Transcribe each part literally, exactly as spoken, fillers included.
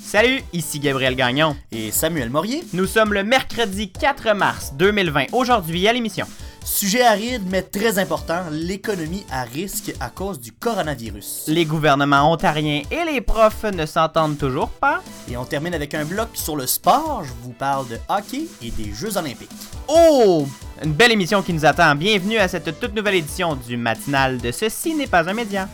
Salut, ici Gabriel Gagnon. Et Samuel Morier. Nous sommes le mercredi quatre mars deux mille vingt. Aujourd'hui à l'émission. Sujet aride mais très important, l'économie à risque à cause du coronavirus. Les gouvernements ontariens et les profs ne s'entendent toujours pas. Et on termine avec un bloc sur le sport. Je vous parle de hockey et des Jeux olympiques. Oh! Une belle émission qui nous attend. Bienvenue à cette toute nouvelle édition du matinal de Ceci n'est pas un média.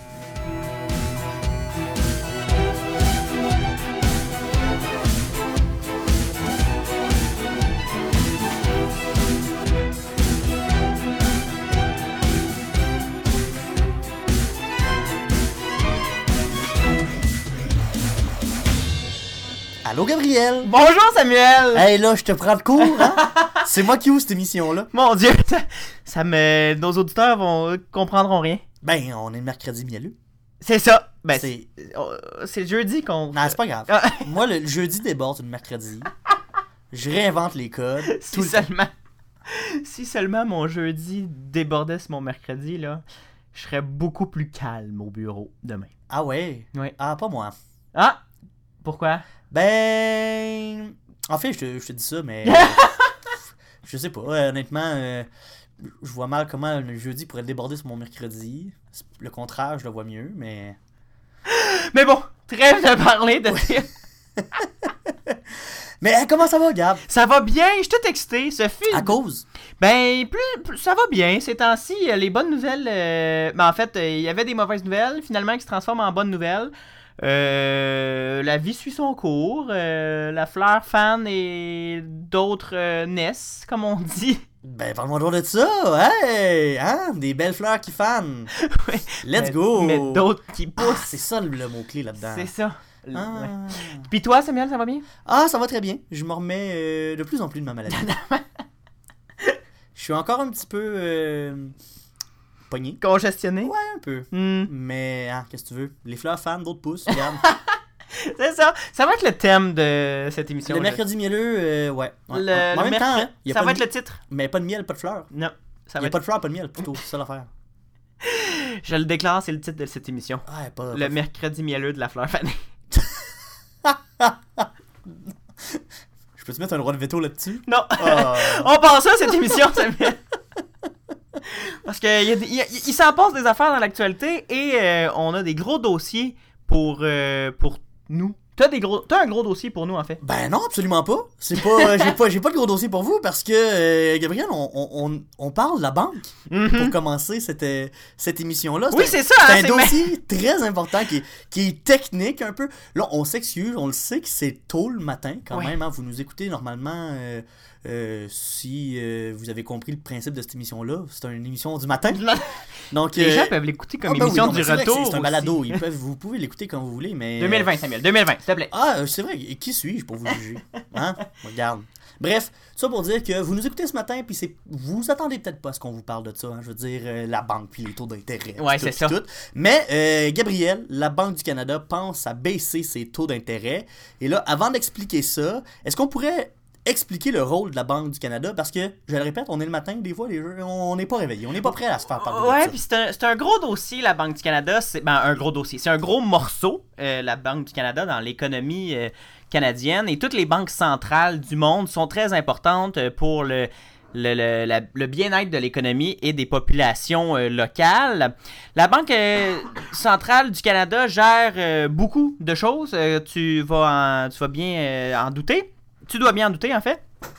Allô Gabriel! Bonjour Samuel! Hey là, je te prends de court, hein? C'est moi qui ouvre cette émission-là. Mon Dieu, ça, ça me... Nos auditeurs vont comprendront rien. Ben, on est le mercredi mielleux. C'est ça. Ben, c'est... C'est, c'est le jeudi qu'on... Non, c'est pas grave. Moi, le jeudi déborde le mercredi. Je réinvente les codes. Si tout seulement... Si seulement mon jeudi débordait sur mon mercredi, là, je serais beaucoup plus calme au bureau demain. Ah ouais? Oui. Ah, pas moi. Ah! Pourquoi? Ben... En fait, je te, je te dis ça, mais... je sais pas. Honnêtement, euh, je vois mal comment le jeudi pourrait déborder sur mon mercredi. Le contraire, je le vois mieux, mais... Mais bon, trêve de parler de... Mais comment ça va, Gab? Ça va bien, je t'ai texté, Sophie. À cause? Ben, plus, plus ça va bien. Ces temps-ci, les bonnes nouvelles... Euh... Ben, en fait, il euh, y avait des mauvaises nouvelles, finalement, qui se transforment en bonnes nouvelles. Euh, la vie suit son cours, euh, la fleur fan et d'autres euh, naissent, comme on dit. Ben, parle-moi donc de ça, hey! Hein? Des belles fleurs qui fanent. Ouais. Let's mais, go! Mais d'autres qui poussent. Ah, c'est ça le, le mot-clé là-dedans. C'est ça. Ah. Ouais. Puis toi, Samuel, ça va bien? Ah, ça va très bien. Je me remets euh, de plus en plus de ma maladie. Je suis encore un petit peu... Euh... pogné. Congestionné? Ouais, un peu. Mm. Mais, ah, qu'est-ce que tu veux? Les fleurs fans, d'autres pouces, regarde. C'est ça. Ça va être le thème de cette émission. Le mercredi mielleux, euh, ouais. ouais. Le, en le même temps, hein, ça va être le titre. Mais pas de miel, pas de fleurs. Non. Il n'y a être... pas de fleurs, pas de miel, plutôt. C'est ça l'affaire. Je le déclare, c'est le titre de cette émission. Ouais, pas... Le pas... mercredi mielleux de la fleur fanée. Je peux te mettre un droit de veto là-dessus? Non. Oh. On passe à cette émission, Samuel. Parce qu'il s'en passe des affaires dans l'actualité et euh, on a des gros dossiers pour, euh, pour nous. T'as, des gros, t'as un gros dossier pour nous, en fait. Ben non, absolument pas. C'est pas, j'ai pas, j'ai pas de gros dossier pour vous parce que, euh, Gabriel, on, on, on parle de la banque mm-hmm. pour commencer cette, cette émission-là. C'est oui, un, c'est ça. C'est hein, un c'est dossier ma... très important qui est, qui est technique un peu. Là, on s'excuse, on le sait que c'est tôt le matin quand ouais. même. Hein, vous nous écoutez normalement... Euh, Euh, si euh, vous avez compris le principe de cette émission-là, c'est une émission du matin. Donc, les euh... gens peuvent l'écouter comme ah, ben émission oui, non, du retour. C'est, c'est un balado. Ils peuvent, vous pouvez l'écouter quand vous voulez, mais... deux mille vingt, Samuel. deux mille vingt, s'il te plaît. Ah, c'est vrai. Et qui suis-je pour vous juger? Hein? Regarde. Bref, ça pour dire que vous nous écoutez ce matin, puis c'est vous attendez peut-être pas à ce qu'on vous parle de ça. Hein? Je veux dire, euh, la banque, puis les taux d'intérêt. Ouais, tout, c'est ça. Tout. Mais, euh, Gabriel, la Banque du Canada pense à baisser ses taux d'intérêt. Et là, avant d'expliquer ça, est-ce qu'on pourrait... expliquer le rôle de la Banque du Canada parce que, je le répète, on est le matin, des fois, les jeux, on n'est pas réveillé, on n'est pas prêt à se faire parler ouais, de ça. Puis c'est un, c'est un gros dossier, la Banque du Canada. C'est ben, un gros dossier. C'est un gros morceau, euh, la Banque du Canada, dans l'économie euh, canadienne. Et toutes les banques centrales du monde sont très importantes pour le... Le, le, la, le bien-être de l'économie et des populations euh, locales. La Banque euh, centrale du Canada gère euh, beaucoup de choses. Euh, tu, vas en, tu vas bien euh, en douter. Tu dois bien en douter, en fait.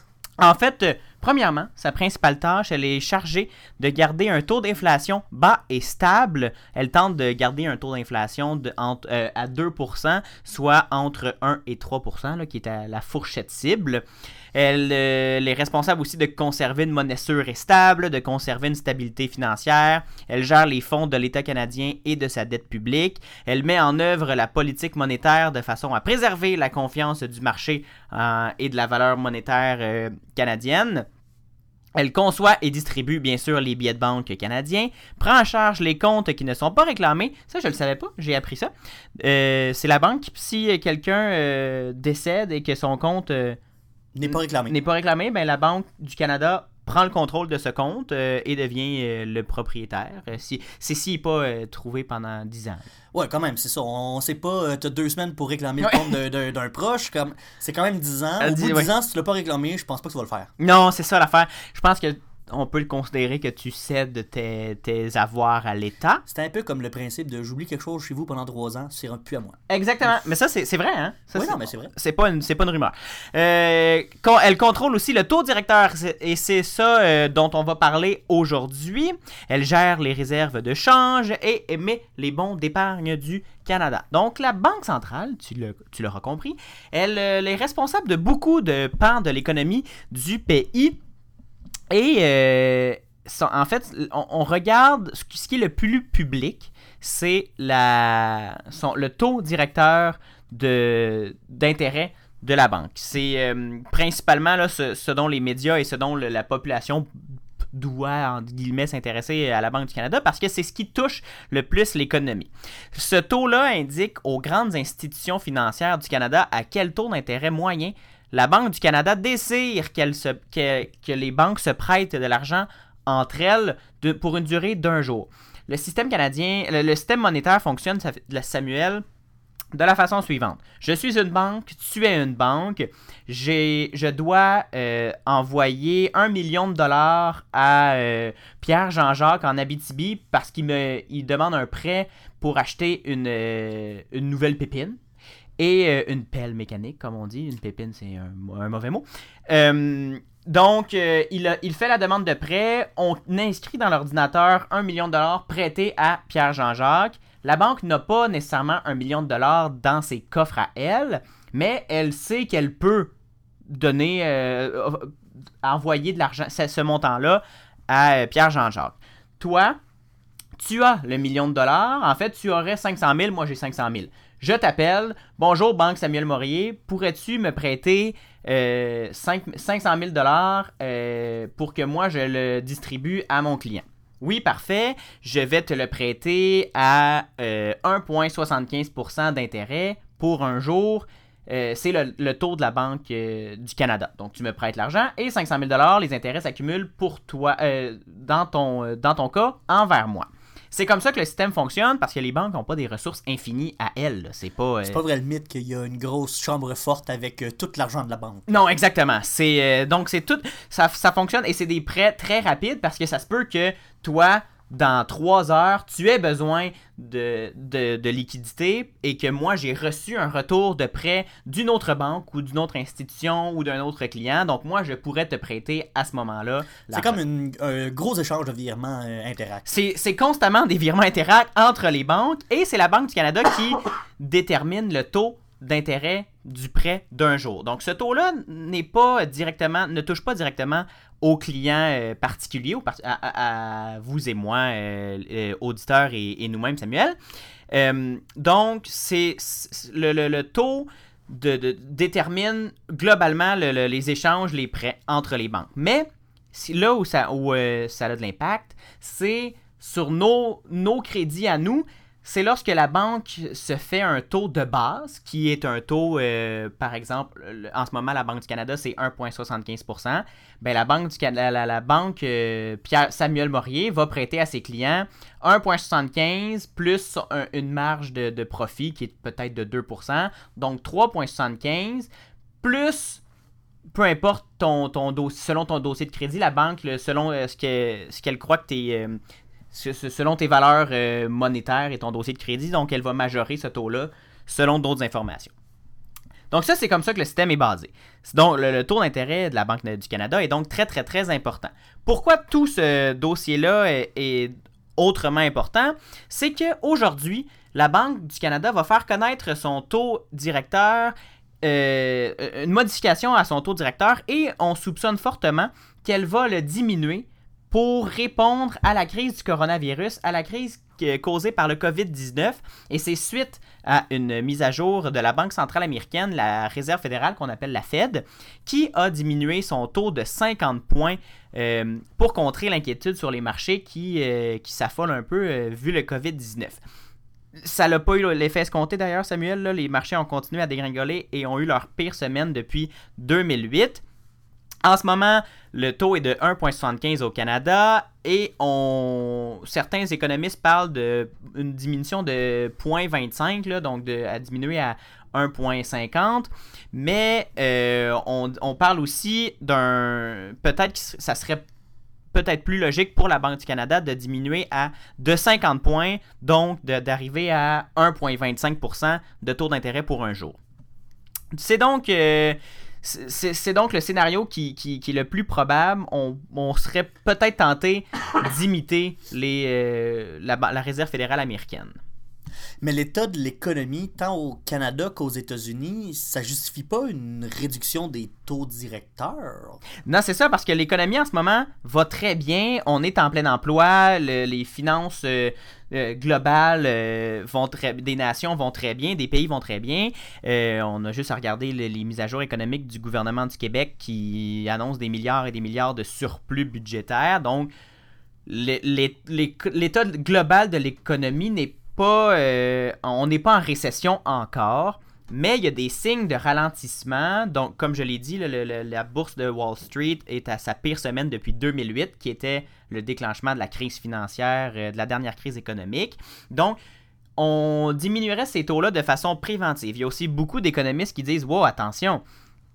En fait, euh, premièrement, sa principale tâche, elle est chargée de garder un taux d'inflation bas et stable. Elle tente de garder un taux d'inflation de, entre, euh, à deux pour cent, soit entre un et trois pour cent, là, qui est à la fourchette cible. Elle, euh, elle est responsable aussi de conserver une monnaie sûre et stable, de conserver une stabilité financière. Elle gère les fonds de l'État canadien et de sa dette publique. Elle met en œuvre la politique monétaire de façon à préserver la confiance du marché euh, et de la valeur monétaire euh, canadienne. Elle conçoit et distribue bien sûr les billets de banque canadiens, prend en charge les comptes qui ne sont pas réclamés. Ça, je ne le savais pas, j'ai appris ça. Euh, c'est la banque, si quelqu'un euh, décède et que son compte... Euh, N'est pas réclamé. N'est pas réclamé, ben la Banque du Canada prend le contrôle de ce compte euh, et devient euh, le propriétaire. Euh, si, c'est s'il n'est pas euh, trouvé pendant dix ans. Ouais, quand même, c'est ça. On sait pas, euh, t'as deux semaines pour réclamer ouais. le compte d'un, d'un, d'un proche. Comme, c'est quand même dix ans. Elle Au dit, bout de dix ouais. ans, si tu l'as pas réclamé, je pense pas que tu vas le faire. Non, c'est ça l'affaire. Je pense que on peut le considérer que tu cèdes tes, tes avoirs à l'État. C'est un peu comme le principe de j'oublie quelque chose chez vous pendant trois ans, c'est plus à moi. Exactement. Mais ça, c'est, c'est vrai, hein? Ça, oui, c'est, non, mais c'est vrai. C'est pas une, c'est pas une rumeur. Euh, elle contrôle aussi le taux directeur et c'est ça euh, dont on va parler aujourd'hui. Elle gère les réserves de change et émet les bons d'épargne du Canada. Donc, la Banque centrale, tu, le, tu l'auras compris, elle, elle est responsable de beaucoup de pans de l'économie du pays. Et euh, en fait, on, on regarde ce qui, ce qui est le plus public, c'est la, son, le taux directeur de, d'intérêt de la banque. C'est euh, principalement là, ce, ce dont les médias et ce dont le, la population doit, entre guillemets, s'intéresser à la Banque du Canada parce que c'est ce qui touche le plus l'économie. Ce taux-là indique aux grandes institutions financières du Canada à quel taux d'intérêt moyen la Banque du Canada désire qu'elle se, que, que les banques se prêtent de l'argent entre elles de, pour une durée d'un jour. Le système canadien, le, le système monétaire fonctionne, Samuel, de la façon suivante. Je suis une banque, tu es une banque, j'ai, je dois euh, envoyer un million de dollars à euh, Pierre Jean-Jacques en Abitibi parce qu'il me il demande un prêt pour acheter une, euh, une nouvelle pépine. Et euh, une pelle mécanique, comme on dit. Une pépine, c'est un, un mauvais mot. Euh, donc, euh, il, a, il fait la demande de prêt. On inscrit dans l'ordinateur un million de dollars prêté à Pierre Jean-Jacques. La banque n'a pas nécessairement un million de dollars dans ses coffres à elle, mais elle sait qu'elle peut donner, euh, envoyer de l'argent, ce, ce montant-là à Pierre Jean-Jacques. Toi, tu as le million de dollars. En fait, tu aurais cinq cent mille, moi j'ai cinq cent mille. Je t'appelle. Bonjour, Banque Samuel Morier. Pourrais-tu me prêter euh, cinq cent mille dollars euh, pour que moi je le distribue à mon client? Oui, parfait. Je vais te le prêter à euh, un virgule soixante-quinze pour cent d'intérêt pour un jour. Euh, c'est le, le taux de la Banque euh, du Canada. Donc, tu me prêtes l'argent et cinq cent mille dollars, les intérêts s'accumulent pour toi, euh, dans, ton, euh, dans ton cas, envers moi. C'est comme ça que le système fonctionne parce que les banques n'ont pas des ressources infinies à elles. C'est pas, euh... c'est pas vrai le mythe qu'il y a une grosse chambre forte avec euh, tout l'argent de la banque. Non, exactement. C'est, euh, donc, c'est tout. Ça, ça fonctionne et c'est des prêts très rapides parce que ça se peut que toi, dans trois heures, tu aies besoin de, de, de liquidité et que moi, j'ai reçu un retour de prêt d'une autre banque ou d'une autre institution ou d'un autre client. Donc, moi, je pourrais te prêter à ce moment-là. C'est comme une, un gros échange de virements euh, Interac. C'est, c'est constamment des virements Interac entre les banques et c'est la Banque du Canada qui détermine le taux d'intérêt du prêt d'un jour. Donc, ce taux-là n'est pas directement, ne touche pas directement aux clients euh, particuliers, à, à, à vous et moi, euh, euh, auditeurs et, et nous-mêmes, Samuel. Euh, donc, c'est, c'est le, le, le taux de, de, détermine globalement le, le, les échanges, les prêts entre les banques. Mais si, là où, ça, où euh, ça a de l'impact, c'est sur nos, nos crédits à nous. C'est lorsque la banque se fait un taux de base, qui est un taux, euh, par exemple, en ce moment, la Banque du Canada, c'est un virgule soixante-quinze pour cent. Ben, la Banque, du Canada, la, la banque euh, Pierre Samuel Morier va prêter à ses clients un virgule soixante-quinze plus un, une marge de, de profit qui est peut-être de deux pour cent. Donc, trois virgule soixante-quinze plus... peu importe ton, ton dossier, selon ton dossier de crédit, la banque, le, selon euh, ce, que, ce qu'elle croit que t'es... Euh, selon tes valeurs euh, monétaires et ton dossier de crédit, donc elle va majorer ce taux-là selon d'autres informations. Donc ça, c'est comme ça que le système est basé. Donc le, le taux d'intérêt de la Banque du Canada est donc très, très, très important. Pourquoi tout ce dossier-là est, est autrement important? C'est qu'aujourd'hui, la Banque du Canada va faire connaître son taux directeur, euh, une modification à son taux directeur, et on soupçonne fortement qu'elle va le diminuer pour répondre à la crise du coronavirus, à la crise causée par le covid dix-neuf. Et c'est suite à une mise à jour de la Banque centrale américaine, la Réserve fédérale qu'on appelle la Fed, qui a diminué son taux de cinquante points euh, pour contrer l'inquiétude sur les marchés qui, euh, qui s'affolent un peu euh, vu le covid dix-neuf. Ça n'a pas eu l'effet escompté d'ailleurs, Samuel. Là, les marchés ont continué à dégringoler et ont eu leur pire semaine depuis deux mille huit. En ce moment, le taux est de un virgule soixante-quinze au Canada et on... certains économistes parlent d'une diminution de zéro virgule vingt-cinq, là, donc de, à diminuer à un virgule cinquante. Mais euh, on, on parle aussi d'un... Peut-être que ça serait peut-être plus logique pour la Banque du Canada de diminuer à de cinquante points, donc de, d'arriver à un virgule vingt-cinq pour cent de taux d'intérêt pour un jour. C'est donc... Euh, C'est, c'est donc le scénario qui, qui, qui est le plus probable. On, on serait peut-être tenté d'imiter les, euh, la, la Réserve fédérale américaine. Mais l'état de l'économie, tant au Canada qu'aux États-Unis, ça justifie pas une réduction des taux directeurs? Non, c'est ça, parce que l'économie en ce moment va très bien. On est en plein emploi. Le, les finances euh, euh, globales euh, vont très, des nations vont très bien, des pays vont très bien. Euh, on a juste à regarder le, les mises à jour économiques du gouvernement du Québec qui annonce des milliards et des milliards de surplus budgétaires. Donc, les, les, les, l'état global de l'économie n'est pas... Euh, on n'est pas en récession encore, mais il y a des signes de ralentissement. Donc, comme je l'ai dit, le, le, la bourse de Wall Street est à sa pire semaine depuis deux mille huit, qui était le déclenchement de la crise financière, euh, de la dernière crise économique. Donc, on diminuerait ces taux-là de façon préventive. Il y a aussi beaucoup d'économistes qui disent « Wow, attention,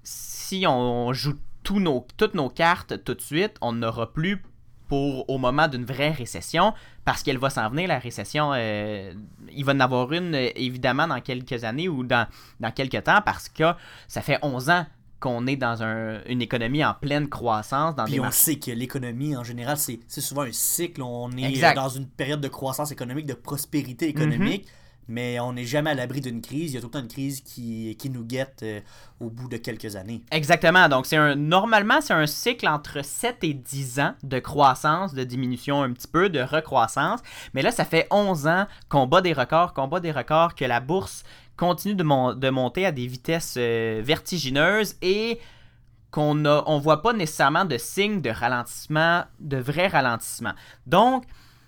si on joue tous nos, toutes nos cartes tout de suite, on n'aura plus pour au moment d'une vraie récession, parce qu'elle va s'en venir, la récession. Euh, il va en avoir une, euh, évidemment, dans quelques années ou dans, dans quelques temps, parce que ça fait onze ans qu'on est dans un, une économie en pleine croissance. Dans Puis des on marchés. sait que l'économie, en général, c'est, c'est souvent un cycle. On est Exact. dans une période de croissance économique, de prospérité économique, mm-hmm. mais on n'est jamais à l'abri d'une crise. Il y a tout le temps une crise qui, qui nous guette euh, au bout de quelques années. Exactement. Donc, c'est un, normalement, c'est un cycle entre sept et dix ans de croissance, de diminution un petit peu, de recroissance. Mais là, ça fait onze ans qu'on bat des records, qu'on bat des records, que la bourse continue de, mon, de monter à des vitesses euh, vertigineuses et qu'on ne on voit pas nécessairement de signes de ralentissement, de vrai ralentissement. Donc,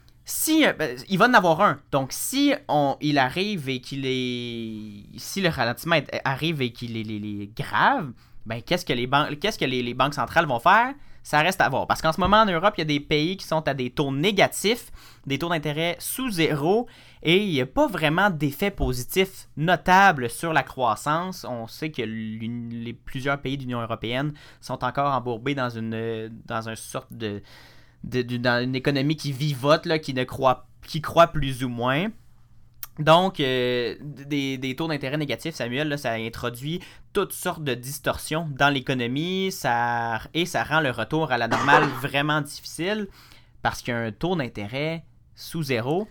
si ben, il va en avoir un. Donc, si on, il arrive et qu'il est... Si le ralentissement est, arrive et qu'il est, est, est, est grave, ben, qu'est-ce que, les, ban- qu'est-ce que les, les banques centrales vont faire? Ça reste à voir. Parce qu'en ce moment, en Europe, il y a des pays qui sont à des taux négatifs, des taux d'intérêt sous zéro, et il n'y a pas vraiment d'effet positif notable sur la croissance. On sait que les plusieurs pays de l'Union européenne sont encore embourbés dans une, dans une sorte de... De, de, dans une économie qui vivote, là, qui ne croit, qui croit plus ou moins. Donc, euh, des, des taux d'intérêt négatifs, Samuel, là, ça introduit toutes sortes de distorsions dans l'économie ça, et ça rend le retour à la normale vraiment difficile parce qu'un taux d'intérêt sous zéro,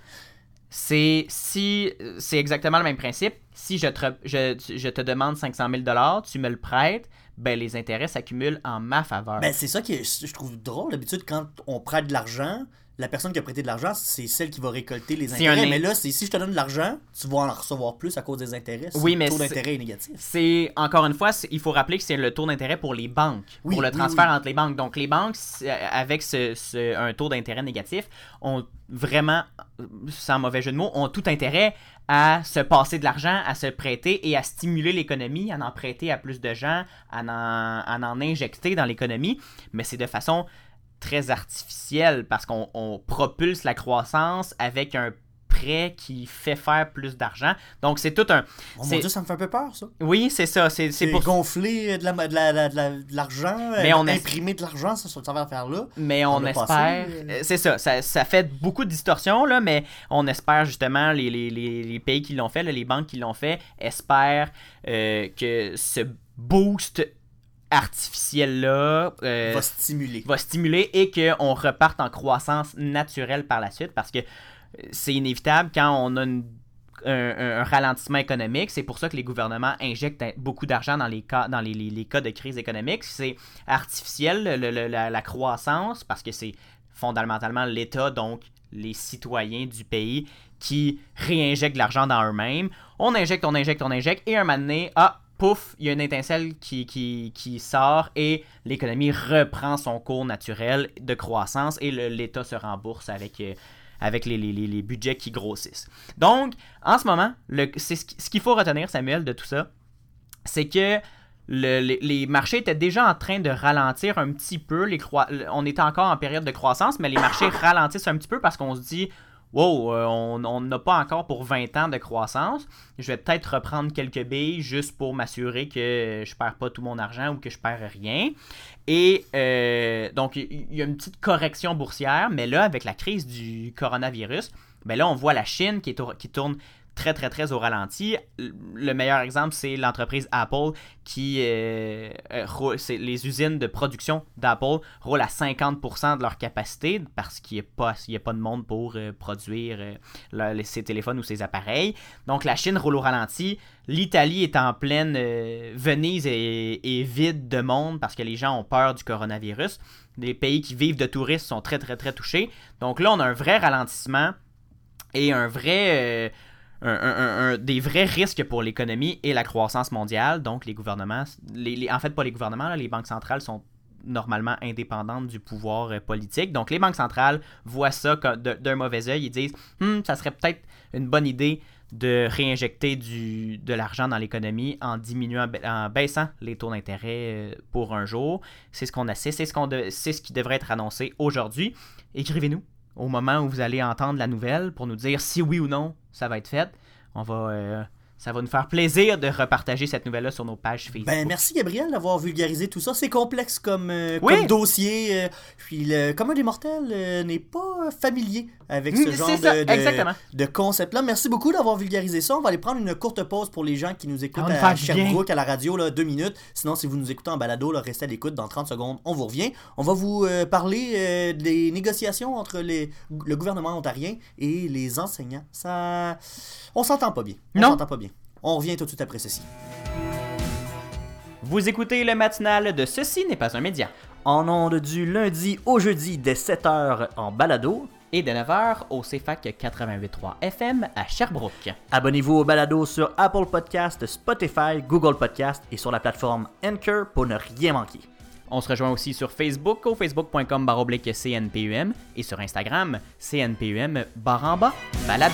c'est, si, c'est exactement le même principe. Si je te, je, je te demande cinq cent mille dollars, tu me le prêtes, ben les intérêts s'accumulent en ma faveur. Ben c'est ça que je trouve drôle. D'habitude, quand on prête de l'argent, la personne qui a prêté de l'argent, c'est celle qui va récolter les c'est intérêts. Un... Mais là, c'est si je te donne de l'argent, tu vas en recevoir plus à cause des intérêts. Oui, mais le taux d'intérêt est négatif. C'est, encore une fois, il faut rappeler que c'est le taux d'intérêt pour les banques, oui, pour le oui, transfert oui. entre les banques. Donc, les banques, avec ce, ce, un taux d'intérêt négatif, ont vraiment, sans mauvais jeu de mots, ont tout intérêt à se passer de l'argent, à se prêter et à stimuler l'économie, à en prêter à plus de gens, à en, à en injecter dans l'économie. Mais c'est de façon très artificielle parce qu'on on propulse la croissance avec un prêt qui fait faire plus d'argent. Donc, c'est tout un... Oh c'est... mon Dieu, ça me fait un peu peur, ça. Oui, c'est ça. C'est, c'est, c'est pour... gonfler de, la, de, la, de, la, de l'argent, mais on imprimer es... de l'argent, ça, ça va faire là. Mais on, on espère... Passé... C'est ça, ça. Ça fait beaucoup de distorsions, là, mais on espère justement, les, les, les, les pays qui l'ont fait, là, les banques qui l'ont fait, espèrent euh, que ce boost artificiel-là euh, va stimuler. Va stimuler et qu'on reparte en croissance naturelle par la suite parce que c'est inévitable quand on a une, un, un ralentissement économique. C'est pour ça que les gouvernements injectent beaucoup d'argent dans les cas, dans les, les, les cas de crise économique. C'est artificiel, le, le, la, la croissance, parce que c'est fondamentalement l'État, donc les citoyens du pays, qui réinjectent de l'argent dans eux-mêmes. On injecte, on injecte, on injecte, et un moment donné, ah, pouf, il y a une étincelle qui, qui, qui sort et l'économie reprend son cours naturel de croissance et le, l'État se rembourse avec... Euh, avec les, les, les budgets qui grossissent. Donc, en ce moment, le, c'est ce qu'il faut retenir, Samuel, de tout ça, c'est que le, les, les marchés étaient déjà en train de ralentir un petit peu. Les croi- on était encore en période de croissance, mais les marchés ralentissent un petit peu parce qu'on se dit « Wow, euh, on n'a pas encore pour vingt ans de croissance. Je vais peut-être reprendre quelques billes juste pour m'assurer que je ne perds pas tout mon argent ou que je ne perds rien. » Et euh, donc, il y a une petite correction boursière, mais là, avec la crise du coronavirus, ben là, on voit la Chine qui, est au, qui tourne très, très, très au ralenti. Le meilleur exemple, c'est l'entreprise Apple qui, euh, roule, c'est les usines de production d'Apple roulent à cinquante pour cent de leur capacité parce qu'il n'y a pas, il y a pas de monde pour euh, produire euh, le, ses téléphones ou ses appareils. Donc, la Chine roule au ralenti. L'Italie est en pleine... Euh, Venise est, est vide de monde parce que les gens ont peur du coronavirus. Les pays qui vivent de tourisme sont très, très, très touchés. Donc là, on a un vrai ralentissement et un vrai... Euh, Un, un, un, des vrais risques pour l'économie et la croissance mondiale. Donc, les gouvernements, les, les, en fait, pas les gouvernements, là, les banques centrales sont normalement indépendantes du pouvoir euh, politique. Donc, les banques centrales voient ça comme de, d'un mauvais œil. Ils disent hm, ça serait peut-être une bonne idée de réinjecter du, de l'argent dans l'économie en diminuant, en baissant les taux d'intérêt pour un jour. C'est ce qu'on a, c'est, c'est, ce qu'on de, c'est ce qui devrait être annoncé aujourd'hui. Écrivez-nous au moment où vous allez entendre la nouvelle pour nous dire si oui ou non ça va être fait. On va, euh, ça va nous faire plaisir de repartager cette nouvelle-là sur nos pages Facebook. Ben, merci Gabriel d'avoir vulgarisé tout ça. C'est complexe comme, euh, oui. comme dossier. Euh, puis le commun des mortels euh, n'est pas familier avec ce mmh, genre de, de, de concept-là. Merci beaucoup d'avoir vulgarisé ça. On va aller prendre une courte pause pour les gens qui nous écoutent à, à Sherbrooke, à la radio, là, deux minutes. Sinon, si vous nous écoutez en balado, là, restez à l'écoute. Dans trente secondes, on vous revient. On va vous euh, parler euh, des négociations entre les, le gouvernement ontarien et les enseignants. Ça, on s'entend pas bien. On non. s'entend pas bien. On revient tout de suite après ceci. Vous écoutez le matinal de Ceci n'est pas un média. En ondes du lundi au jeudi dès sept heures en balado. Et dès neuf heures au C F A C quatre-vingt-huit point trois F M à Sherbrooke. Abonnez-vous au balado sur Apple Podcast, Spotify, Google Podcast et sur la plateforme Anchor pour ne rien manquer. On se rejoint aussi sur Facebook au facebook point com barre oblique C N P U M et sur Instagram C N P U M barre en bas balado.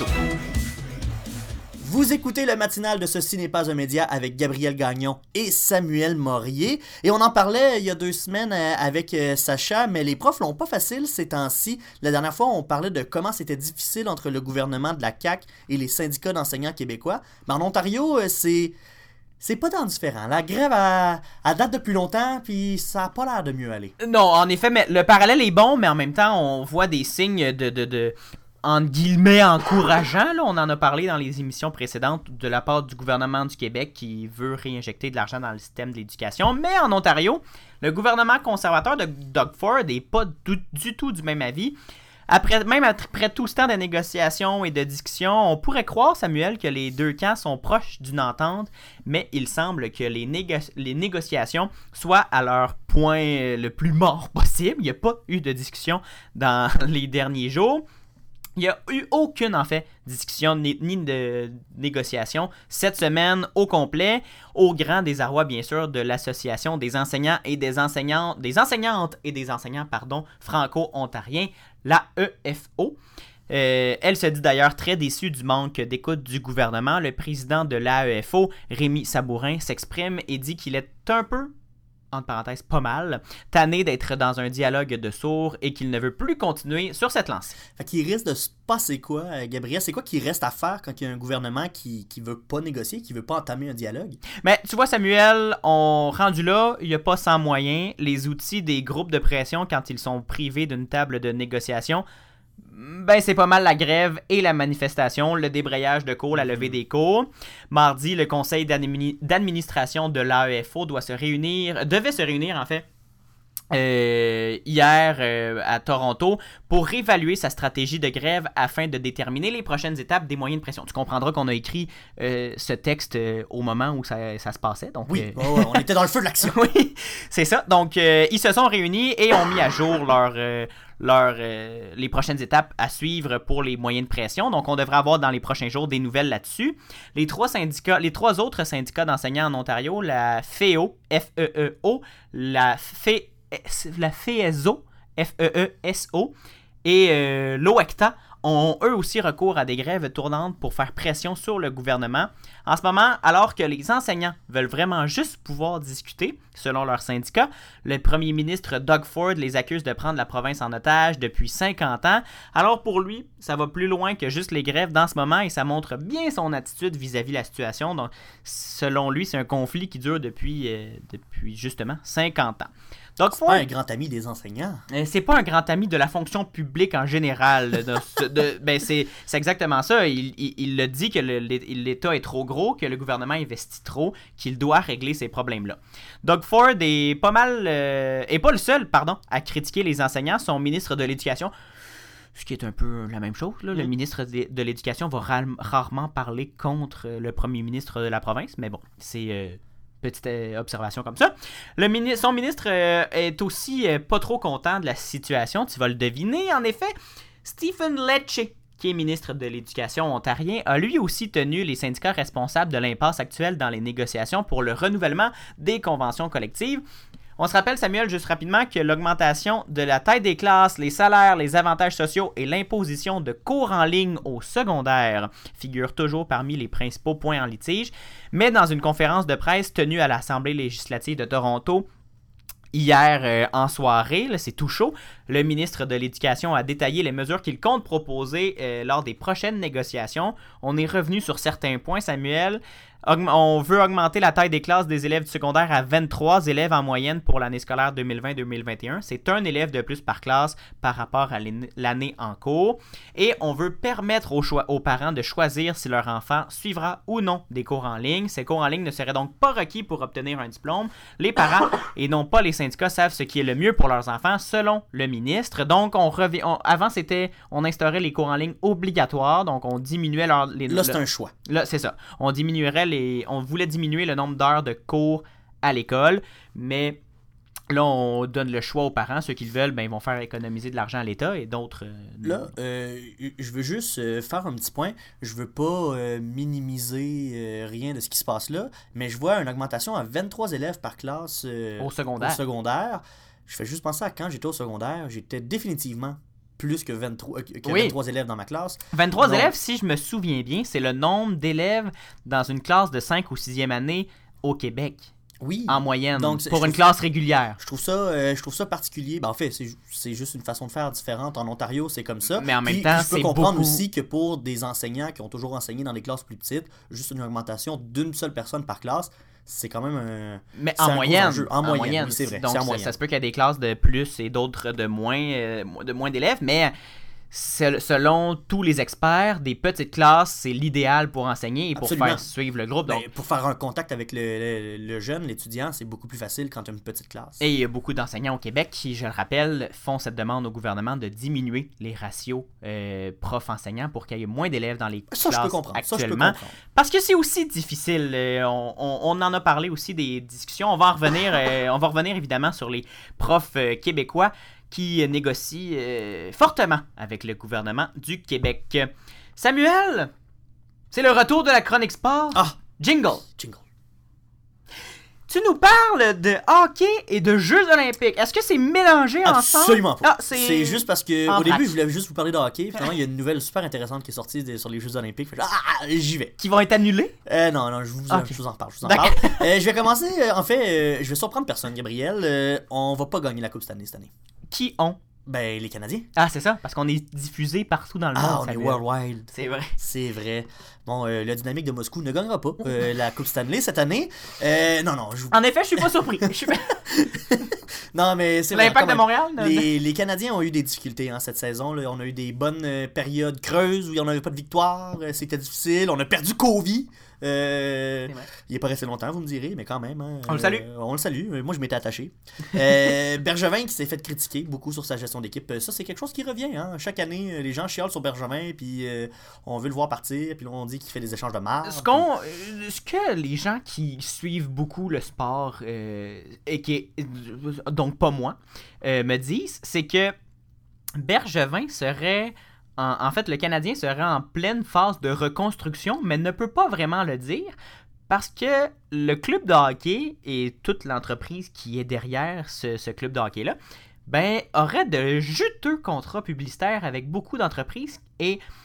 Vous écoutez le matinal de Ceci n'est pas un média avec Gabriel Gagnon et Samuel Morier. Et on en parlait il y a deux semaines avec Sacha, mais les profs l'ont pas facile ces temps-ci. La dernière fois, on parlait de comment c'était difficile entre le gouvernement de la C A Q et les syndicats d'enseignants québécois. Mais en Ontario, c'est... C'est pas tant différent. La grève, a, a date depuis longtemps, puis ça a pas l'air de mieux aller. Non, en effet, mais le parallèle est bon, mais en même temps, on voit des signes de... de, de... entre guillemets, encourageant. Là, on en a parlé dans les émissions précédentes de la part du gouvernement du Québec qui veut réinjecter de l'argent dans le système de l'éducation. Mais en Ontario, le gouvernement conservateur de Doug Ford n'est pas du, du tout du même avis. Après, même après tout ce temps de négociations et de discussions, on pourrait croire, Samuel, que les deux camps sont proches d'une entente, mais il semble que les, négo- les négociations soient à leur point le plus mort possible. Il n'y a pas eu de discussion dans les derniers jours. Il n'y a eu aucune, en fait, discussion ni, ni de négociation cette semaine au complet, au grand désarroi, bien sûr, de l'Association des enseignants et des enseignantes, des enseignantes et des enseignants, pardon, franco-ontariens, la E F O. Euh, elle se dit d'ailleurs très déçue du manque d'écoute du gouvernement. Le président de l'A E F O, Rémi Sabourin, s'exprime et dit qu'il est un peu... entre parenthèses, pas mal, tanné d'être dans un dialogue de sourds et qu'il ne veut plus continuer sur cette lancée. Fait qu'il risque de se passer quoi, Gabriel? C'est quoi qu'il reste à faire quand il y a un gouvernement qui qui veut pas négocier, qui veut pas entamer un dialogue? Mais tu vois, Samuel, on rendu là, il n'y a pas sans moyens. Les outils des groupes de pression, quand ils sont privés d'une table de négociation, ben c'est pas mal la grève et la manifestation, le débrayage de cours, la levée des cours. Mardi, le conseil d'admi- d'administration de l'A E F O doit se réunir, devait se réunir en fait, euh, hier euh, à Toronto pour réévaluer sa stratégie de grève afin de déterminer les prochaines étapes des moyens de pression. Tu comprendras qu'on a écrit euh, ce texte euh, au moment où ça, ça se passait. Donc, oui, euh... oh, on était dans le feu de l'action. Oui, c'est ça. Donc, euh, ils se sont réunis et ont mis à jour leur... Euh, Leur, euh, les prochaines étapes à suivre pour les moyens de pression. Donc, on devrait avoir dans les prochains jours des nouvelles là-dessus. Les trois syndicats, les trois autres syndicats d'enseignants en Ontario, la F E O, F E E O, la, F E, la F E S O, F E E S O et euh, l'O E C T A, ont eux aussi recours à des grèves tournantes pour faire pression sur le gouvernement En ce moment, alors que les enseignants veulent vraiment juste pouvoir discuter, selon leur syndicat, le premier ministre Doug Ford les accuse de prendre la province en otage depuis cinquante ans. Alors pour lui, ça va plus loin que juste les grèves dans ce moment et ça montre bien son attitude vis-à-vis de la situation. Donc, selon lui, c'est un conflit qui dure depuis, euh, depuis justement cinquante ans. Donc, c'est pas un grand ami des enseignants. Euh, c'est pas un grand ami de la fonction publique en général. De, de, ben c'est, c'est exactement ça. Il, il, il le dit que le, l'État est trop gros, que le gouvernement investit trop, qu'il doit régler ces problèmes-là. Doug Ford est pas mal, euh, est pas le seul, pardon, à critiquer les enseignants. Son ministre de l'Éducation, ce qui est un peu la même chose, là. Le ministre de l'Éducation va ra- rarement parler contre le premier ministre de la province, mais bon, c'est... Euh, petite euh, observation comme ça. Le mini- son ministre euh, est aussi euh, pas trop content de la situation, tu vas le deviner. En effet, Stephen Lecce, qui est ministre de l'Éducation ontarien, a lui aussi tenu les syndicats responsables de l'impasse actuelle dans les négociations pour le renouvellement des conventions collectives. On se rappelle, Samuel, juste rapidement, que l'augmentation de la taille des classes, les salaires, les avantages sociaux et l'imposition de cours en ligne au secondaire figurent toujours parmi les principaux points en litige. Mais dans une conférence de presse tenue à l'Assemblée législative de Toronto, hier euh, en soirée, là, c'est tout chaud, le ministre de l'Éducation a détaillé les mesures qu'il compte proposer euh, lors des prochaines négociations. On est revenu sur certains points, Samuel. On veut augmenter la taille des classes des élèves du secondaire à vingt-trois élèves en moyenne pour l'année scolaire deux mille vingt deux mille vingt et un. C'est un élève de plus par classe par rapport à l'année en cours. Et on veut permettre aux, choix, aux parents de choisir si leur enfant suivra ou non des cours en ligne. Ces cours en ligne ne seraient donc pas requis pour obtenir un diplôme. Les parents et non pas les syndicats savent ce qui est le mieux pour leurs enfants selon le ministre. Donc, on revient. On, avant, c'était on instaurait les cours en ligne obligatoires. Donc, on diminuait leur... Les, là, c'est le, un choix. Là, c'est ça. On diminuerait les Et on voulait diminuer le nombre d'heures de cours à l'école, mais là, on donne le choix aux parents. Ceux qui le veulent, ben, ils vont faire économiser de l'argent à l'État et d'autres... Euh, là, euh, je veux juste euh, faire un petit point. Je veux pas euh, minimiser euh, rien de ce qui se passe là, mais je vois une augmentation à vingt-trois élèves par classe euh, au secondaire. au secondaire. Je fais juste penser à quand j'étais au secondaire, j'étais définitivement plus que vingt-trois, que oui. vingt-trois élèves dans ma classe. vingt-trois Donc, élèves, si je me souviens bien, c'est le nombre d'élèves dans une classe de cinq ou sixième année au Québec. Oui. En moyenne, Donc, pour une classe régulière. Je trouve ça, euh, je trouve ça particulier. Ben, en fait, c'est, c'est juste une façon de faire différente. En Ontario, c'est comme ça. Mais en même puis, temps, puis je peux c'est comprendre beaucoup... aussi que pour des enseignants qui ont toujours enseigné dans des classes plus petites, juste une augmentation d'une seule personne par classe, c'est quand même un... Mais en moyenne, en, en moyenne, moyenne, oui, c'est vrai. Donc, c'est en ça, moyenne. ça se peut qu'il y ait des classes de plus et d'autres de moins, euh, de moins d'élèves, mais... Selon tous les experts, des petites classes, c'est l'idéal pour enseigner et pour Absolument. faire suivre le groupe. Donc... Ben, pour faire un contact avec le, le, le jeune, l'étudiant, c'est beaucoup plus facile quand tu as une petite classe. Et il y a beaucoup d'enseignants au Québec qui, je le rappelle, font cette demande au gouvernement de diminuer les ratios euh, profs-enseignants pour qu'il y ait moins d'élèves dans les Ça, classes je peux comprendre. actuellement. Ça, je peux comprendre. Parce que c'est aussi difficile. Euh, on, on, on en a parlé aussi des discussions. On va en revenir, euh, on va revenir évidemment sur les profs euh, québécois qui négocie euh, fortement avec le gouvernement du Québec. Samuel, c'est le retour de la chronique sport. Ah! Jingle. Jingle. Tu nous parles de hockey et de Jeux olympiques. Est-ce que c'est mélangé ensemble? Absolument pas. Ah, c'est... c'est juste parce que en au début, vrac. je voulais juste vous parler de hockey. Finalement, il y a une nouvelle super intéressante qui est sortie de- sur les Jeux olympiques. Fait que, ah, j'y vais. Qui vont être annulés? Euh, non, non, je vous, Ok. je vous en reparle. Je vous en D'accord. parle. Euh, je vais commencer. euh, en fait, euh, je vais surprendre personne, Gabriel. Euh, on va pas gagner la Coupe Stanley cette année. Qui ont? Ben, les Canadiens. Ah, c'est ça, parce qu'on est diffusé partout dans le Ah, monde. on est Samuel. worldwide. C'est vrai. C'est vrai. Bon, euh, le Dynamique de Moscou ne gagnera pas euh, la Coupe Stanley cette année. Euh, non, non, je vous... En effet, je suis pas surpris. Je suis... Non, mais c'est vrai, L'impact quand de même. Montréal? non? Les, les Canadiens ont eu des difficultés hein, cette saison. Là. On a eu des bonnes euh, périodes creuses où il n'y en avait pas de victoire. Euh, c'était difficile. On a perdu Covey. Euh, C'est vrai. il n'est pas resté longtemps, vous me direz, mais quand même. hein, On le salue. euh, on le salue. Euh, Moi, je m'étais attaché. Euh, Bergevin qui s'est fait critiquer beaucoup sur sa gestion d'équipe. Euh, Ça, c'est quelque chose qui revient. Hein. Chaque année, euh, les gens chialent sur Bergevin, puis euh, on veut le voir partir, puis là, on dit qu'il fait des échanges de marre. Ce, qu'on, euh, ce que les gens qui suivent beaucoup le sport, euh, et qui euh, donc pas moi, euh, me disent, c'est que Bergevin serait, en, en fait, le Canadien serait en pleine phase de reconstruction, mais ne peut pas vraiment le dire parce que le club de hockey et toute l'entreprise qui est derrière ce, ce club de hockey-là, ben, aurait de juteux contrats publicitaires avec beaucoup d'entreprises et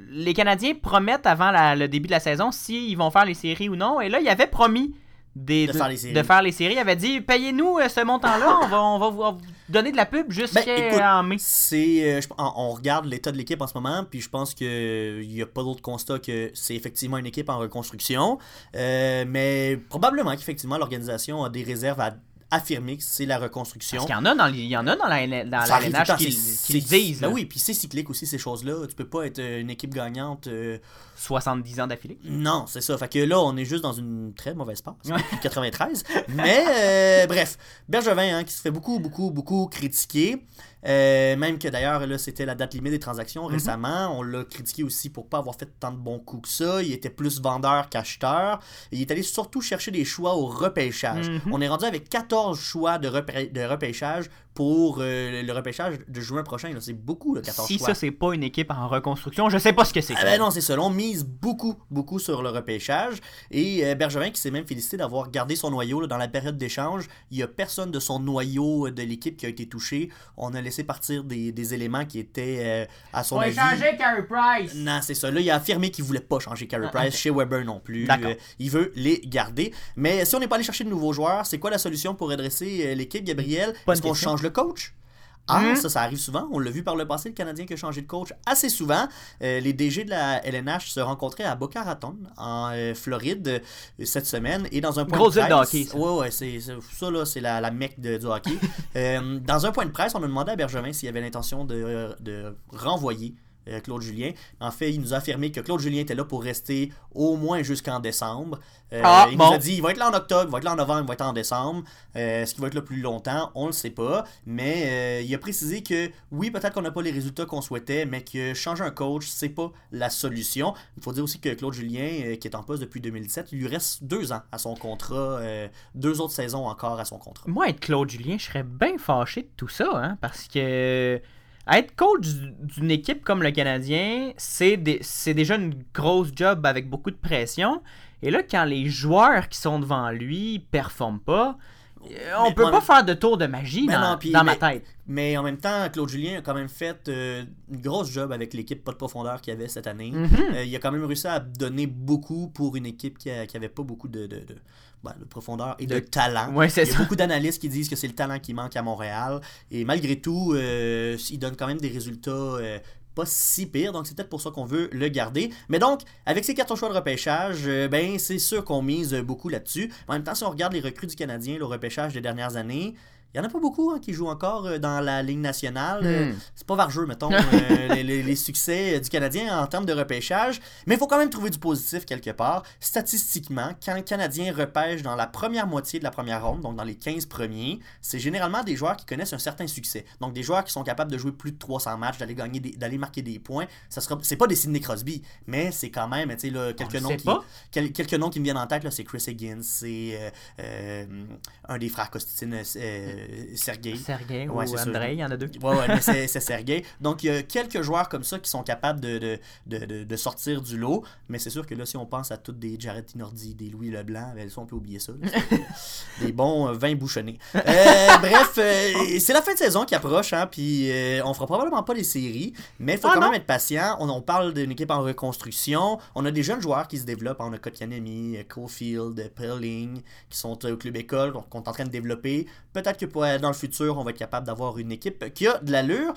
les Canadiens promettent avant la, le début de la saison s'ils vont faire les séries ou non. Et là, ils avaient promis des, de, de, faire les séries. de faire les séries. Ils avaient dit, payez-nous euh, ce montant-là, on va, on va vous donner de la pub jusqu'en ben, mai. C'est, euh, on, on regarde l'état de l'équipe en ce moment, puis je pense qu'il n'y a pas d'autre constat que c'est effectivement une équipe en reconstruction. Euh, mais probablement qu'effectivement, l'organisation a des réserves à affirmer que c'est la reconstruction. Parce qu'il y en a dans, il y en a dans la, dans la L N H qui, qui le disent. Ben oui, puis c'est cyclique aussi, ces choses-là. Tu peux pas être une équipe gagnante... Euh... soixante-dix ans d'affilée. Non, c'est ça. Fait que là, on est juste dans une très mauvaise passe. Depuis quatre-vingt-treize. Mais, euh, bref. Bergevin, hein, qui se fait beaucoup, beaucoup, beaucoup critiquer. Euh, même que d'ailleurs, là, c'était la date limite des transactions mm-hmm. récemment. On l'a critiqué aussi pour pas avoir fait tant de bons coups que ça. Il était plus vendeur qu'acheteur. Et il est allé surtout chercher des choix au repêchage. Mm-hmm. On est rendu avec quatorze choix de, repê- de repêchage pour euh, le repêchage de juin prochain. Là. C'est beaucoup, là, quatorze si choix. Si ça, c'est pas une équipe en reconstruction, je sais pas ce que c'est. Ah ben non, c'est ça. On mise beaucoup, beaucoup sur le repêchage. Et euh, Bergevin qui s'est même félicité d'avoir gardé son noyau là, dans la période d'échange. Il y a personne de son noyau de l'équipe qui a été touché. On a laissé partir des, des éléments qui étaient euh, à son on avis... On a changé Carey Price. Non, c'est ça. Là, il a affirmé qu'il voulait pas changer Carey Price. Ah, okay. Chez Weber non plus. D'accord. Euh, il veut les garder. Mais si on n'est pas allé chercher de nouveaux joueurs, c'est quoi la solution pour redresser euh, l'équipe, Gabriel? Bonne Est-ce qu'on question. change le coach? Ah, mmh. ça, ça arrive souvent. On l'a vu par le passé, le Canadien qui a changé de coach assez souvent. Euh, les D G de la L N H se rencontraient à Boca Raton, en euh, Floride, euh, cette semaine. Et dans un point Grosse de presse... de hockey, ça. Ouais, ouais, c'est, c'est, ça, là, c'est la, la mecque de, du hockey. euh, dans un point de presse, on a demandé à Bergevin s'il avait l'intention de, de renvoyer Euh, Claude Julien. En fait, il nous a affirmé que Claude Julien était là pour rester au moins jusqu'en décembre. Euh, ah, il bon. nous a dit il va être là en octobre, il va être là en novembre, il va être là en décembre. Euh, est-ce qu'il va être là plus longtemps? On le sait pas. Mais euh, il a précisé que oui, peut-être qu'on n'a pas les résultats qu'on souhaitait, mais que changer un coach, c'est pas la solution. Il faut dire aussi que Claude Julien, euh, qui est en poste depuis deux mille dix-sept, il lui reste deux ans à son contrat, euh, deux autres saisons encore à son contrat. Moi, être Claude Julien, je serais bien fâché de tout ça, hein, parce que être coach d'une équipe comme le Canadien, c'est, des, c'est déjà une grosse job avec beaucoup de pression. Et là, quand les joueurs qui sont devant lui performent pas, on mais, peut moi, pas faire de tour de magie dans, non, pis, dans mais, ma tête. Mais en même temps, Claude Julien a quand même fait euh, une grosse job avec l'équipe pas de profondeur qu'il y avait cette année. Mm-hmm. Euh, il a quand même réussi à donner beaucoup pour une équipe qui, a, qui avait pas beaucoup de, de, de, ben, de profondeur et de, de talent. Ouais, c'est il y a ça. beaucoup d'analystes qui disent que c'est le talent qui manque à Montréal. Et malgré tout, euh, il donne quand même des résultats... Euh, pas si pire, donc c'est peut-être pour ça qu'on veut le garder. Mais donc, avec ces quatre choix de repêchage, euh, ben c'est sûr qu'on mise beaucoup là-dessus. En même temps, si on regarde les recrues du Canadien, le repêchage des dernières années, il n'y en a pas beaucoup hein, qui jouent encore euh, dans la Ligue nationale. Euh, mm. C'est pas vargeux, mettons, euh, les, les, les succès du Canadien en termes de repêchage. Mais il faut quand même trouver du positif quelque part. Statistiquement, quand le Canadien repêche dans la première moitié de la première ronde, donc dans les quinze premiers, c'est généralement des joueurs qui connaissent un certain succès. Donc des joueurs qui sont capables de jouer plus de trois cents matchs, d'aller gagner des, d'aller marquer des points. Ça sera, c'est pas des Sidney Crosby, mais c'est quand même, tu sais, là, quelques noms qui, quel, quelques noms qui me viennent en tête, là, c'est Chris Higgins, c'est euh, euh, un des frères Kostitine, euh, Sergei. Sergei ouais, ou Andrei, il y en a deux. Ouais, ouais, mais c'est, c'est Sergei. Donc, il y a quelques joueurs comme ça qui sont capables de, de, de, de, de sortir du lot. Mais c'est sûr que là, si on pense à toutes des Jared Tinordi, des Louis Leblanc, ben, on peut oublier ça. Là, des bons euh, vins bouchonnés. Euh, bref, euh, c'est la fin de saison qui approche, hein, puis euh, on fera probablement pas les séries, mais il faut ah, quand non. même être patient. On, on parle d'une équipe en reconstruction. On a des jeunes joueurs qui se développent. On a Kotkaniemi, Caulfield, Perling, qui sont au club école, qu'on est en train de développer. Peut-être que pour, dans le futur, on va être capable d'avoir une équipe qui a de l'allure.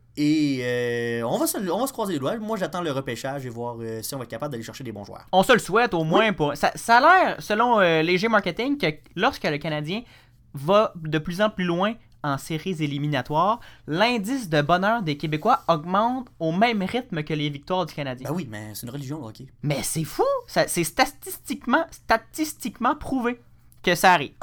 Et euh, on, va se, on va se croiser les doigts. Moi, j'attends le repêchage et voir euh, si on va être capable d'aller chercher des bons joueurs. On se le souhaite au moins. Oui. pour ça, ça a l'air, selon euh, Léger Marketing, que lorsque le Canadien va de plus en plus loin en séries éliminatoires, l'indice de bonheur des Québécois augmente au même rythme que les victoires du Canadien. Ben oui, mais c'est une religion, le hockey. Mais c'est fou! Ça, c'est statistiquement, statistiquement prouvé que ça arrive.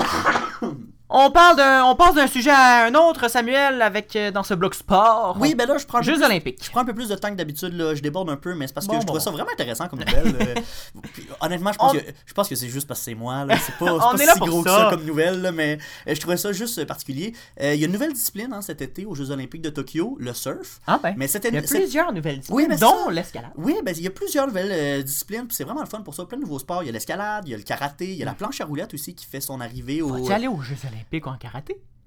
On parle d'un, on passe d'un sujet à un autre, Samuel, avec euh, dans ce bloc sport. Oui, ben là, je prends Jeux plus, olympiques. Je prends un peu plus de temps que d'habitude, là. Je déborde un peu, mais c'est parce que bon, je bon. trouve ça vraiment intéressant comme nouvelle. euh, puis, honnêtement, je pense, on... que, je pense que c'est juste parce que c'est moi, là. C'est pas, c'est on pas est là si pour gros ça. que ça comme nouvelle, là, mais euh, je trouvais ça juste euh, particulier. Il euh, y a une nouvelle discipline hein, cet été aux Jeux olympiques de Tokyo, le surf. Ah ben, mais c'était, il y a c'est... plusieurs nouvelles disciplines, oui, ben, dont ça... l'escalade. Oui, ben il y a plusieurs nouvelles euh, disciplines, puis c'est vraiment le fun pour ça. Plein de nouveaux sports. Il y a l'escalade, il y a le karaté, il y a la planche à roulettes aussi qui fait son arrivée au... Vas-tu aller aux Jeux olympiques en karaté?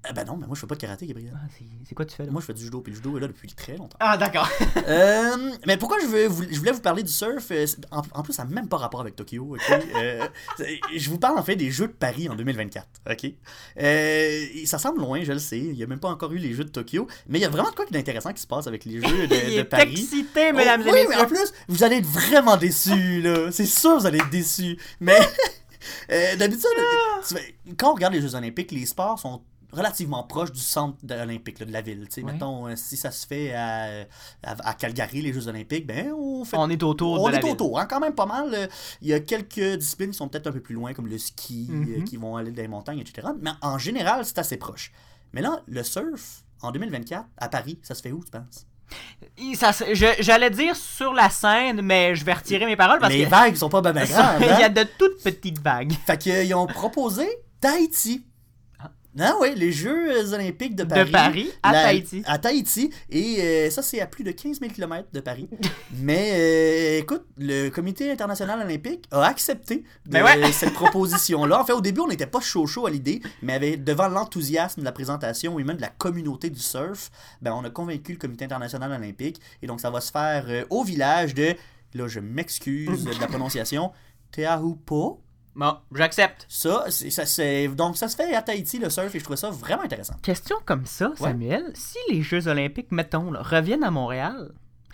Ah ben non, mais moi je fais pas de karaté, Gabriel. Ah, c'est, c'est quoi tu fais là? Moi je fais du judo, puis le judo est là depuis très longtemps. Ah, d'accord. euh, mais pourquoi je, veux, je voulais vous parler du surf? En, en plus, ça n'a même pas rapport avec Tokyo, ok? euh, je vous parle en fait des Jeux de Paris en deux mille vingt-quatre, ok? Euh, ça semble loin, je le sais, il n'y a même pas encore eu les Jeux de Tokyo, mais il y a vraiment de quoi d'intéressant qui se passe avec les Jeux de, il de est Paris. excité, mesdames oh, et oui, messieurs. mais en plus, vous allez être vraiment déçus, là. C'est sûr, vous allez être déçus. Mais euh, d'habitude, ah. quand on regarde les Jeux olympiques, les sports sont relativement proche du centre olympique là, de la ville. Ouais. Mettons, euh, si ça se fait à, à, à Calgary, les Jeux olympiques, ben on fait... On est autour on de est la autour, hein, quand même pas mal. Euh, il y a quelques disciplines qui sont peut-être un peu plus loin, comme le ski, mm-hmm. euh, qui vont aller dans les montagnes, et cetera. Mais en général, c'est assez proche. Mais là, le surf, en deux mille vingt-quatre, à Paris, ça se fait où, tu penses? Ça, je, j'allais dire sur la scène, mais je vais retirer mes paroles parce mais que... les vagues sont pas ben ben grandes. Il y a hein? de toutes petites vagues. Fait qu'ils ont proposé Tahiti. Ah oui, les Jeux olympiques de Paris. De Paris à la, Tahiti. À Tahiti. Et euh, ça, c'est à plus de quinze mille kilomètres de Paris. Mais euh, écoute, le Comité international olympique a accepté de, ouais. cette proposition-là. En fait, au début, on n'était pas chaud-chaud à l'idée, mais avec, devant l'enthousiasme de la présentation et même de la communauté du surf, ben, on a convaincu le Comité international olympique. Et donc, ça va se faire euh, au village de, là, je m'excuse de la prononciation, Teahupo. Bon, j'accepte. Ça, c'est, ça c'est, donc ça se fait à Tahiti, le surf, et je trouvais ça vraiment intéressant. Question comme ça, Samuel. Ouais. Si les Jeux olympiques, mettons, là, reviennent à Montréal,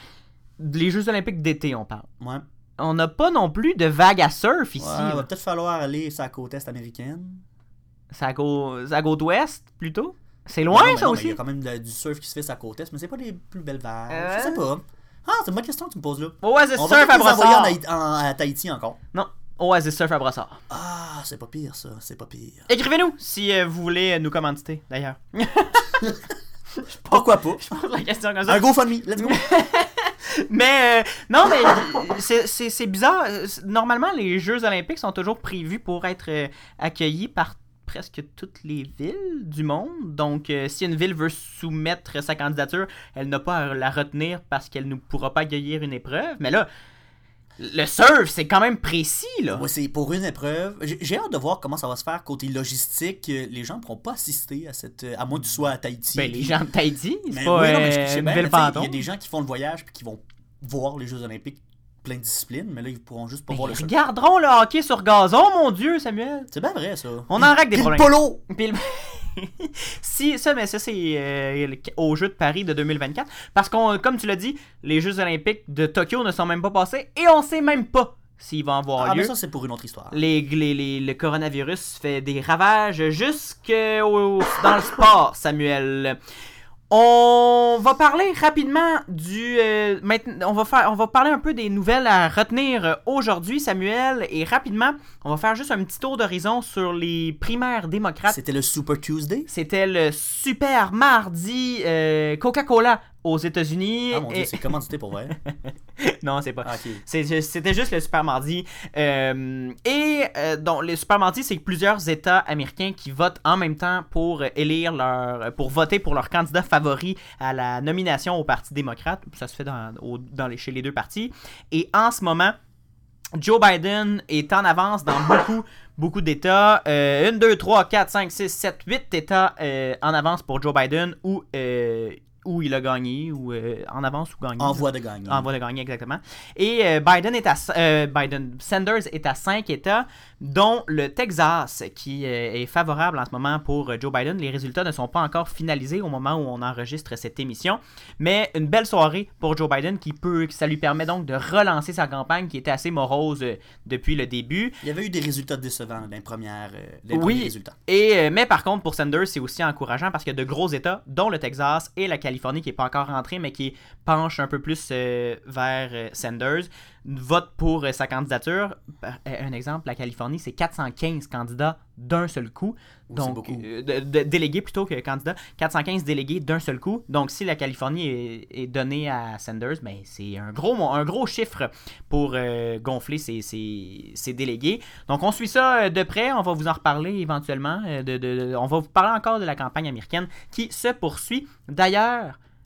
les Jeux olympiques d'été, on parle. Ouais. On n'a pas non plus de vague à surf ici. Ouais, il va peut-être falloir aller sur la côte est américaine. C'est à côte, à côte ouest, plutôt? C'est loin, non, non, ça non, aussi? Il y a quand même de, du surf qui se fait sur la côte est, mais c'est pas les plus belles vagues. Euh... Je sais pas. Ah, c'est une bonne question que tu me poses là. Oasis on Surf va à Brossard. En, en, à Tahiti encore. Non. Oasis Surf à Brossard. Ah, c'est pas pire ça, c'est pas pire. Écrivez-nous si euh, vous voulez nous commanditer, d'ailleurs. Pourquoi pas? Je pose la question comme ça. Un GoFundMe, let's go! mais, euh, non, mais c'est, c'est, c'est bizarre. Normalement, les Jeux olympiques sont toujours prévus pour être euh, accueillis par presque toutes les villes du monde. Donc, euh, si une ville veut soumettre sa candidature, elle n'a pas à la retenir parce qu'elle ne pourra pas accueillir une épreuve. Mais là, le surf, c'est quand même précis, là. Oui, c'est pour une épreuve. J'ai, j'ai hâte de voir comment ça va se faire côté logistique. Les gens ne pourront pas assister à cette... À moins que tu sois à Tahiti. Ben, les gens de Tahiti, c'est mais pas oui, non, mais je, euh, je sais une bien, ville fantôme. Il y a des gens qui font le voyage puis qui vont voir les Jeux olympiques plein de disciplines, mais là, ils pourront juste pas mais voir le surf. Regarderont le hockey sur gazon, mon Dieu, Samuel. C'est bien vrai, ça. On en règle des puis problèmes. Le polo! Puis le... si, ça, mais ça, c'est euh, aux Jeux de Paris de deux mille vingt-quatre. Parce qu'on, comme tu l'as dit, les Jeux olympiques de Tokyo ne sont même pas passés et on sait même pas s'ils vont avoir ah, lieu. Ah, mais ça, c'est pour une autre histoire. Les, les, les, le coronavirus fait des ravages jusque au, dans le sport, Samuel. On va parler rapidement du... Euh, maintenant, on va faire, on va parler un peu des nouvelles à retenir aujourd'hui, Samuel, et rapidement, on va faire juste un petit tour d'horizon sur les primaires démocrates. C'était le Super Tuesday? C'était le Super Mardi euh, Coca-Cola aux États-Unis. Ah mon Dieu, et... c'est commandité pour vrai? Non, c'est pas. Ah, okay. c'est, c'était juste le Super Mardi. Euh, et euh, donc, le Super Mardi, c'est plusieurs États américains qui votent en même temps pour élire leur, pour voter pour leur candidat favori à la nomination au Parti démocrate. Ça se fait dans, au, dans les, chez les deux partis. Et en ce moment, Joe Biden est en avance dans beaucoup, beaucoup d'États. Euh, un, deux, trois, quatre, cinq, six, sept, huit États euh, en avance pour Joe Biden où... Euh, où il a gagné, ou euh, en avance ou gagné. En voie de gagner. En voie de gagner, exactement. Et euh, Biden est à euh, Biden, Sanders est à cinq États, dont le Texas, qui euh, est favorable en ce moment pour euh, Joe Biden. Les résultats ne sont pas encore finalisés au moment où on enregistre cette émission, mais une belle soirée pour Joe Biden qui peut, ça lui permet donc de relancer sa campagne qui était assez morose euh, depuis le début. Il y avait eu des résultats décevants dans les premières, euh, les oui, premiers résultats. Et, euh, mais par contre, pour Sanders, c'est aussi encourageant parce qu'il y a de gros États, dont le Texas et la Californie, qui n'est pas encore rentrée, mais qui penche un peu plus euh, vers euh, Sanders, vote pour euh, sa candidature. Euh, un exemple, la Californie, c'est quatre cent quinze candidats d'un seul coup. Ouh, donc, euh, de, de, délégués plutôt que candidats. quatre cent quinze délégués d'un seul coup. Donc, si la Californie est, est donnée à Sanders, ben, c'est un gros, un gros chiffre pour euh, gonfler ses, ses, ses délégués. Donc, on suit ça de près. On va vous en reparler éventuellement. De, de, de, on va vous parler encore de la campagne américaine qui se poursuit. D'ailleurs,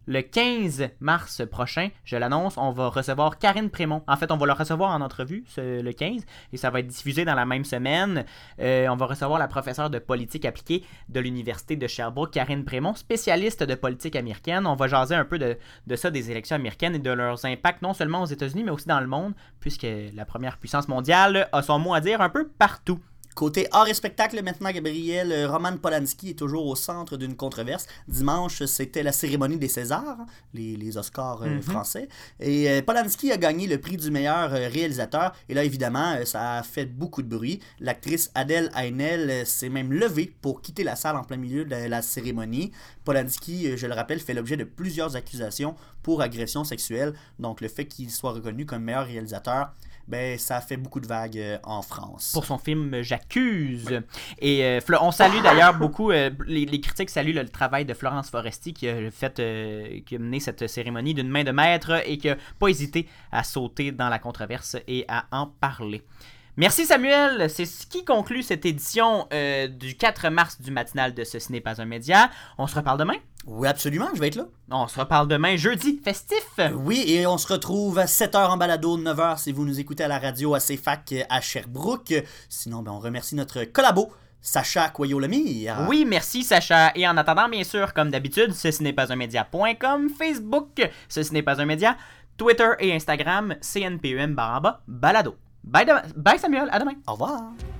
le quinze mars prochain, je l'annonce, on va recevoir Karine Prémont. En fait, on va le recevoir en entrevue ce, le quinze et ça va être diffusé dans la même semaine. Euh, on va recevoir la professeure de politique appliquée de l'Université de Sherbrooke, Karine Prémont, spécialiste de politique américaine. On va jaser un peu de, de ça, des élections américaines et de leurs impacts non seulement aux États-Unis, mais aussi dans le monde, puisque la première puissance mondiale a son mot à dire un peu partout. Côté art et spectacle, maintenant, Gabriel, euh, Roman Polanski est toujours au centre d'une controverse. Dimanche, c'était la cérémonie des Césars, hein, les, les Oscars euh, mm-hmm. français. Et euh, Polanski a gagné le prix du meilleur euh, réalisateur. Et là, évidemment, euh, ça a fait beaucoup de bruit. L'actrice Adèle Haenel euh, s'est même levée pour quitter la salle en plein milieu de la cérémonie. Polanski, euh, je le rappelle, fait l'objet de plusieurs accusations pour agression sexuelle. Donc, le fait qu'il soit reconnu comme meilleur réalisateur, ben, ça fait beaucoup de vagues euh, en France. Pour son film J'accuse. Ouais. Et euh, on salue d'ailleurs beaucoup, euh, les, les critiques saluent le travail de Florence Foresti qui a, fait, euh, qui a mené cette cérémonie d'une main de maître et qui n'a pas hésité à sauter dans la controverse et à en parler. Merci Samuel, c'est ce qui conclut cette édition euh, du quatre mars du matinal de Ce n'est pas un média. On se reparle demain? Oui, absolument, je vais être là. On se reparle demain, jeudi, festif. Oui, et on se retrouve à sept heures en balado, neuf heures si vous nous écoutez à la radio à C F A C à Sherbrooke. Sinon, ben, on remercie notre collabo, Sacha Coyot-Lemire. Oui, merci Sacha. Et en attendant, bien sûr, comme d'habitude, ce n'est pas un média point com, Facebook, ce n'est pas un média, Twitter et Instagram, C N P U M barre en bas, balado. Bye, de... Bye Samuel, à demain. Au revoir.